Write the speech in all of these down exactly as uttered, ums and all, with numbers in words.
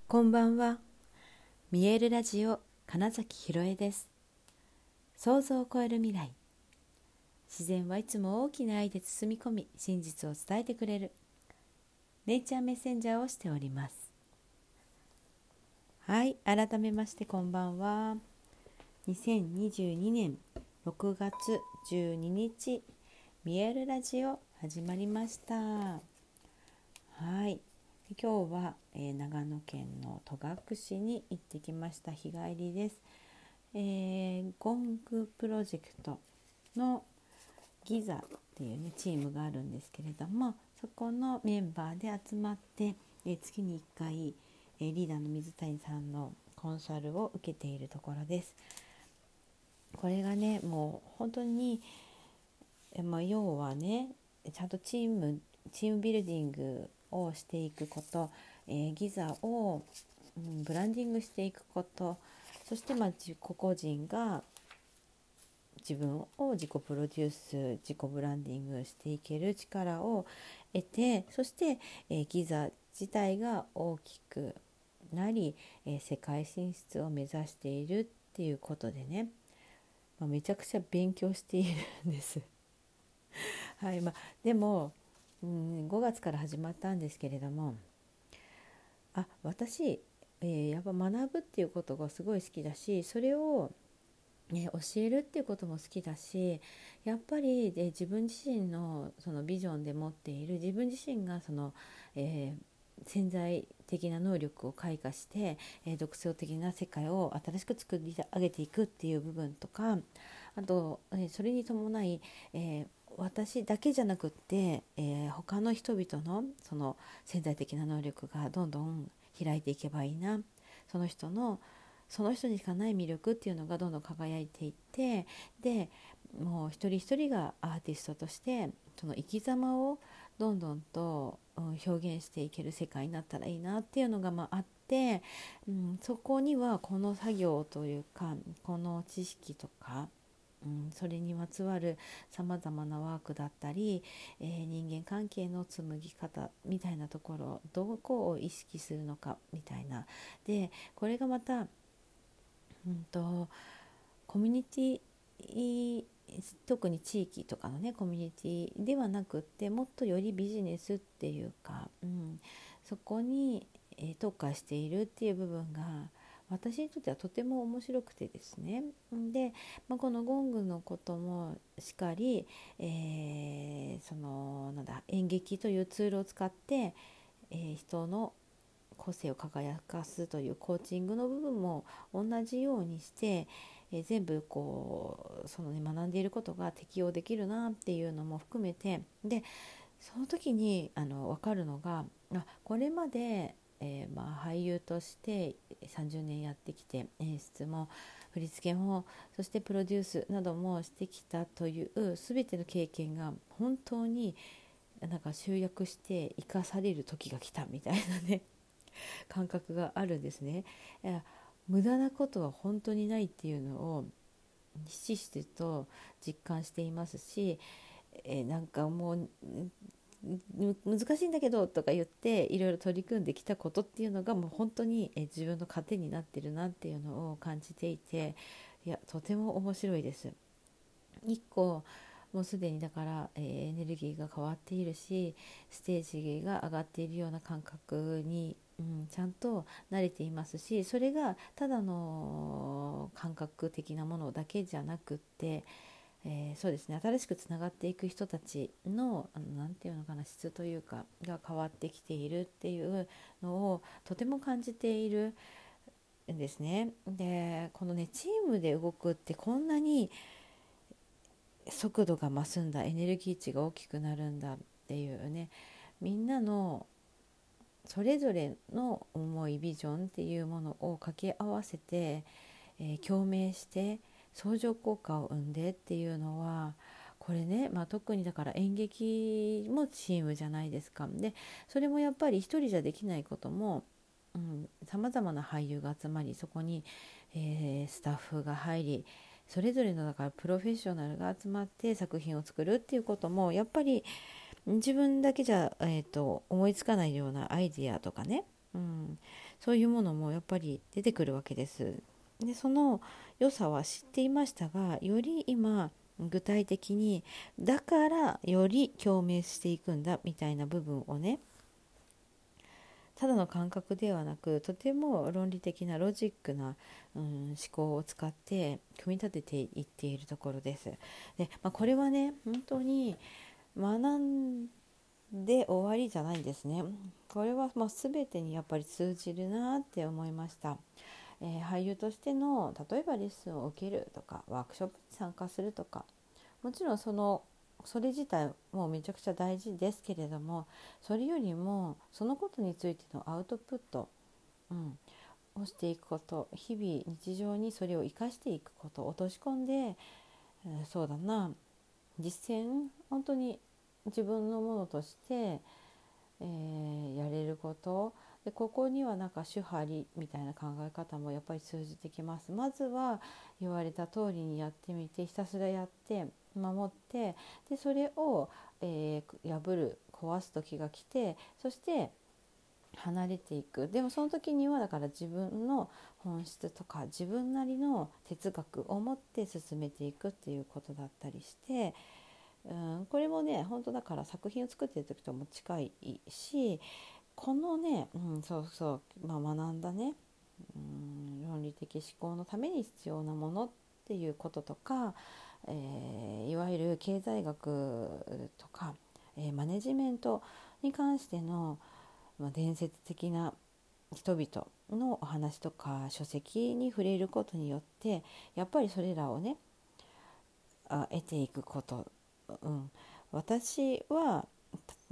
こんばんは。見えるラジオ金崎ひろえです。想像を超える未来。自然はいつも大きな愛で包み込み、真実を伝えてくれるネイチャーメッセンジャーをしております。はい、改めましてこんばんは。にせんにじゅうにねんろくがつじゅうににち、見えるラジオ始まりました。はい、今日は、えー、長野県の戸隠に行ってきました。日帰りです。えー、ゴングプロジェクトのギザっていう、ね、チームがあるんですけれども、そこのメンバーで集まって、えー、月にいっかい、えー、リーダーの水谷さんのコンサルを受けているところです。これがね、もう本当に、えーまあ、要はね、ちゃんとチームチームビルディングをしていくこと、えー、ギザを、うん、ブランディングしていくこと、そしてまあ個々人が自分を自己プロデュース、自己ブランディングしていける力を得て、そして、えー、ギザ自体が大きくなり、えー、世界進出を目指しているっていうことでね、まあ、めちゃくちゃ勉強しているんですはいまあ、でも、うん、ごがつから始まったんですけれども、あ私、えー、やっぱ学ぶっていうことがすごい好きだし、それをね、教えるっていうことも好きだし、やっぱりで自分自身のそのビジョンで持っている自分自身がその、えー、潜在的な能力を開花して、えー、独創的な世界を新しく作り上げていくっていう部分とか、あと、えー、それに伴い、えー私だけじゃなくって、えー、他の人々のその潜在的な能力がどんどん開いていけばいいな、その人のその人にしかない魅力っていうのがどんどん輝いていって、でもう一人一人がアーティストとしてその生き様をどんどんと、うん、表現していける世界になったらいいなっていうのが、まあ、あって、うん、そこにはこの作業というかこの知識とか、うん、それにまつわるさまざまなワークだったり、えー、人間関係の紡ぎ方みたいなところ、どこを意識するのかみたいな。でこれがまたうんとコミュニティ、特に地域とかのねコミュニティではなくって、もっとよりビジネスっていうか、うん、そこに、えー特化しているっていう部分が私にとってはとても面白くてですね。で、まあ、このゴングのこともしっかり、えーそのなんだ演劇というツールを使って、えー人の個性を輝かすというコーチングの部分も同じようにして、えー全部こうその、ね、学んでいることが適用できるなっていうのも含めて、でその時にあの分かるのが、あこれまで、えーまあ、俳優としてさんじゅうねんやってきて、演出も振り付けもそしてプロデュースなどもしてきたという全ての経験が本当になんか集約して生かされる時が来たみたいなね感覚があるんですね。いや無駄なことは本当にないっていうのをひしひしと実感していますし、えーなんかもう難しいんだけどとか言っていろいろ取り組んできたことっていうのがもう本当に、えー自分の糧になってるなっていうのを感じていて、いやとても面白いです。一個もうすでにだから、えーエネルギーが変わっているし、ステージが上がっているような感覚に、うん、ちゃんと慣れていますし、それがただの感覚的なものだけじゃなくって、えーそうですね、新しくつながっていく人たちのあのなんていうのかな、質というかが変わってきているっていうのをとても感じているんですね。でこのねチームで動くってこんなに速度が増すんだ、エネルギー値が大きくなるんだっていうね、みんなのそれぞれの思いビジョンっていうものを掛け合わせて、えー共鳴して相乗効果を生んでっていうのは、これね、まあ、特にだから演劇もチームじゃないですか。でそれもやっぱり一人じゃできないことも、さまざまな俳優が集まり、そこに、えースタッフが入り、それぞれのだからプロフェッショナルが集まって作品を作るっていうことも、やっぱり自分だけじゃ、えーと思いつかないようなアイディアとかね、 うん、そういうものもやっぱり出てくるわけです。でその良さは知っていましたが、より今具体的にだからより共鳴していくんだみたいな部分をね、ただの感覚ではなく、とても論理的なロジックな、うん、思考を使って組み立てていっているところです。で、まあ、これはね本当に学んで終わりじゃないんですね。これはもう全てにやっぱり通じるなって思いました。えー俳優としての例えばレッスンを受けるとかワークショップに参加するとか、もちろんそのそれ自体もめちゃくちゃ大事ですけれども、それよりもそのことについてのアウトプット、うん、をしていくこと、日々日常にそれを生かしていくこと、落とし込んで、えーそうだな、実践、本当に自分のものとして、えーやれることで、ここにはなんか手張りみたいな考え方もやっぱり通じてきます。まずは言われた通りにやってみて、ひたすらやって守って、でそれを、えー破る壊す時が来て、そして離れていく。でもその時にはだから自分の本質とか自分なりの哲学を持って進めていくっていうことだったりして、うん、これもね本当だから作品を作っている時とも近いし、このね、うん、そうそう、まあ、学んだね、うん、論理的思考のために必要なものっていうこととか、えーいわゆる経済学とか、えーマネジメントに関しての、まあ、伝説的な人々のお話とか書籍に触れることによって、やっぱりそれらをねあ得ていくこと、うん、私は、うん、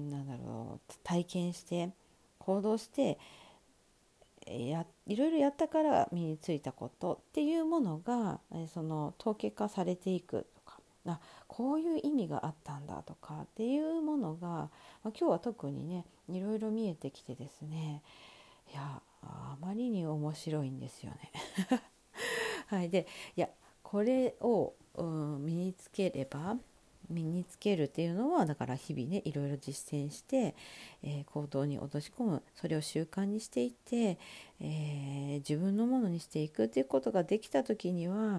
なんだろう、体験して行動してやいろいろやったから身についたことっていうものが、えその統計化されていくとか、あこういう意味があったんだとかっていうものが、まあ、今日は特にねいろいろ見えてきてですね、いやあまりに面白いんですよね。はい、でいやこれを、うん、身につければ身につけるっていうのはだから日々ねいろいろ実践して、えー行動に落とし込む、それを習慣にしていって、えー自分のものにしていくっていうことができた時には、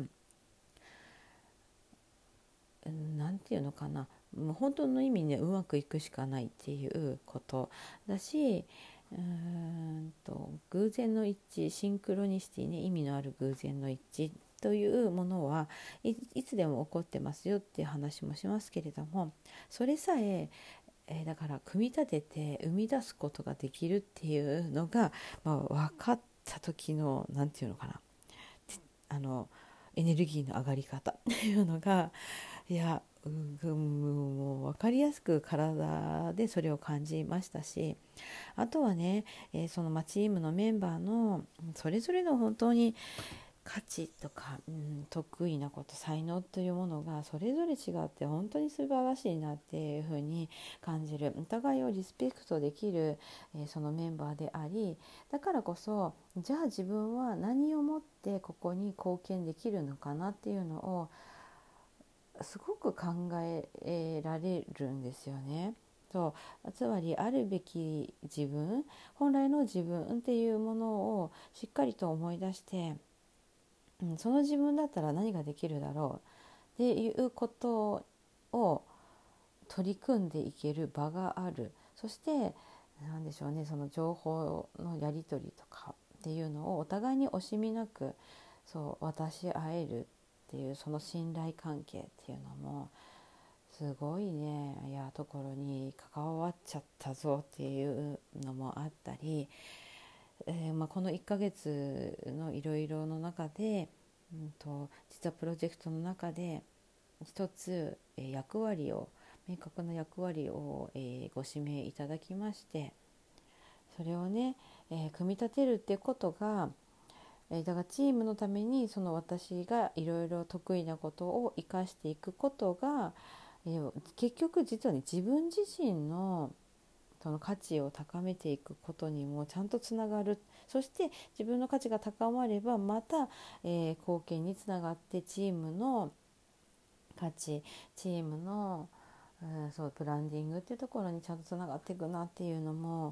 うん、なんていうのかな、もう本当の意味でうまくいくしかないっていうことだし、うーんと偶然の一致、シンクロニシティね、意味のある偶然の一致というものはい、いつでも起こってますよっていう話もしますけれども、それさええーだから組み立てて生み出すことができるっていうのが、まあ、分かった時のなんていうのかな、あのエネルギーの上がり方っていうのが、いや、うん、もう分かりやすく体でそれを感じましたし、あとはね、えーそのまあチームのメンバーのそれぞれの本当に価値とか、うん、得意なこと、才能というものがそれぞれ違って本当に素晴らしいなっていうふうに感じる、お互いをリスペクトできる、えーそのメンバーであり、だからこそじゃあ自分は何をもってここに貢献できるのかなっていうのをすごく考えられるんですよね。そうつまりあるべき自分、本来の自分っていうものをしっかりと思い出して、うん、その自分だったら何ができるだろうっていうことを取り組んでいける場がある。そして何でしょうね、その情報のやり取りとかっていうのをお互いに惜しみなくそう渡し合えるっていう、その信頼関係っていうのもすごいね、いやところに関わっちゃったぞっていうのもあったり、えーまあ、このいっかげつのいろいろの中で、うんと、実はプロジェクトの中で一つ、えー役割を明確な役割を、えーご指名いただきまして、それをね、えー組み立てるってことが、えーだからチームのためにその私がいろいろ得意なことを生かしていくことが、えー結局実はね自分自身のその価値を高めていくことにもちゃんとつながる。そして自分の価値が高まればまた、えー貢献につながってチームの価値、チームの、うん、そうブランディングっていうところにちゃんとつながっていくなっていうのも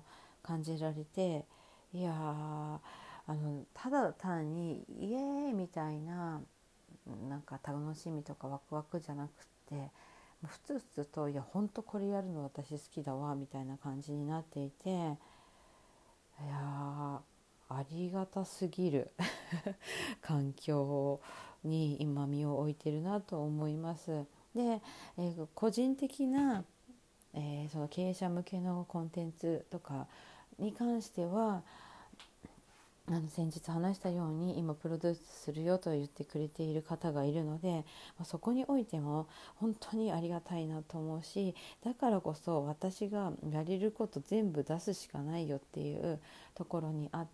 感じられて、いやーあのただ単にイエーイみたいななんか楽しみとかワクワクじゃなくて、もうふつふつといや本当これやるの私好きだわみたいな感じになっていて、いやーありがたすぎる環境に今身を置いてるなと思います。で、えー個人的な、えーその経営者向けのコンテンツとかに関しては、あの先日話したように今プロデュースするよと言ってくれている方がいるので、まあ、そこにおいても本当にありがたいなと思うし、だからこそ私がやれること全部出すしかないよっていうところにあって、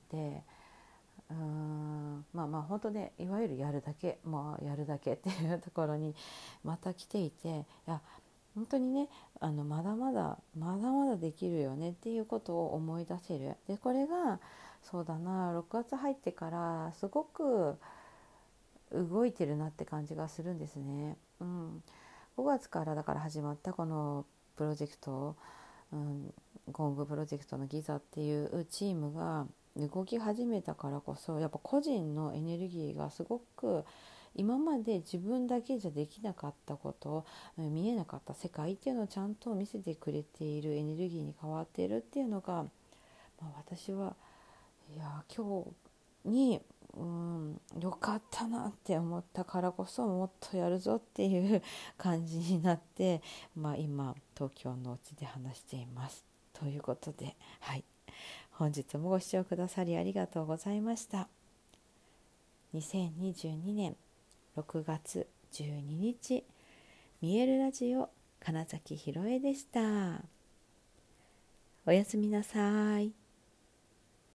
うーんまあまあ本当ね、いわゆるやるだけ、まあやるだけっていうところにまた来ていて、いや本当にね、あのまだまだまだまだできるよねっていうことを思い出せる。でこれがそうだな、ろくがつ入ってからすごく動いてるなって感じがするんですね。うん、ごがつからだから始まったこのプロジェクト、うん、ゴングプロジェクトのギザっていうチームが動き始めたからこそ、やっぱ個人のエネルギーがすごく今まで自分だけじゃできなかったこと、見えなかった世界っていうのをちゃんと見せてくれているエネルギーに変わっているっていうのが、まあ、私はいや今日に、うん、よかったなって思ったからこそもっとやるぞっていう感じになって、まあ、今東京のうちで話していますということで、はい、本日もご視聴くださりありがとうございました。にせんにじゅうにねんろくがつじゅうににち、見えるラジオ金崎ひろえでした。おやすみなさい。